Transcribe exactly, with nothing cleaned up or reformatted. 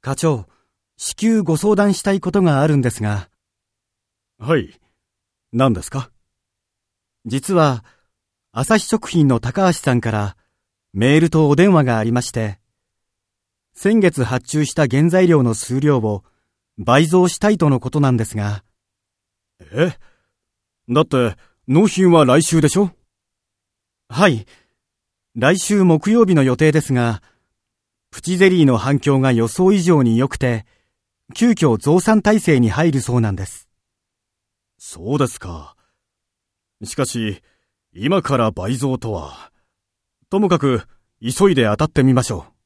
課長、至急ご相談したいことがあるんですが。 はい。何ですか？ 実は、朝日食品の高橋さんからメールとお電話がありまして、先月発注した原材料の数量を倍増したいとのことなんですが。 え？だって、納品は来週でしょ？ はい。来週木曜日の予定ですが、プチゼリーの反響が予想以上に良くて、急遽増産体制に入るそうなんです。 そうですか。しかし、今から倍増とは。ともかく、急いで当たってみましょう。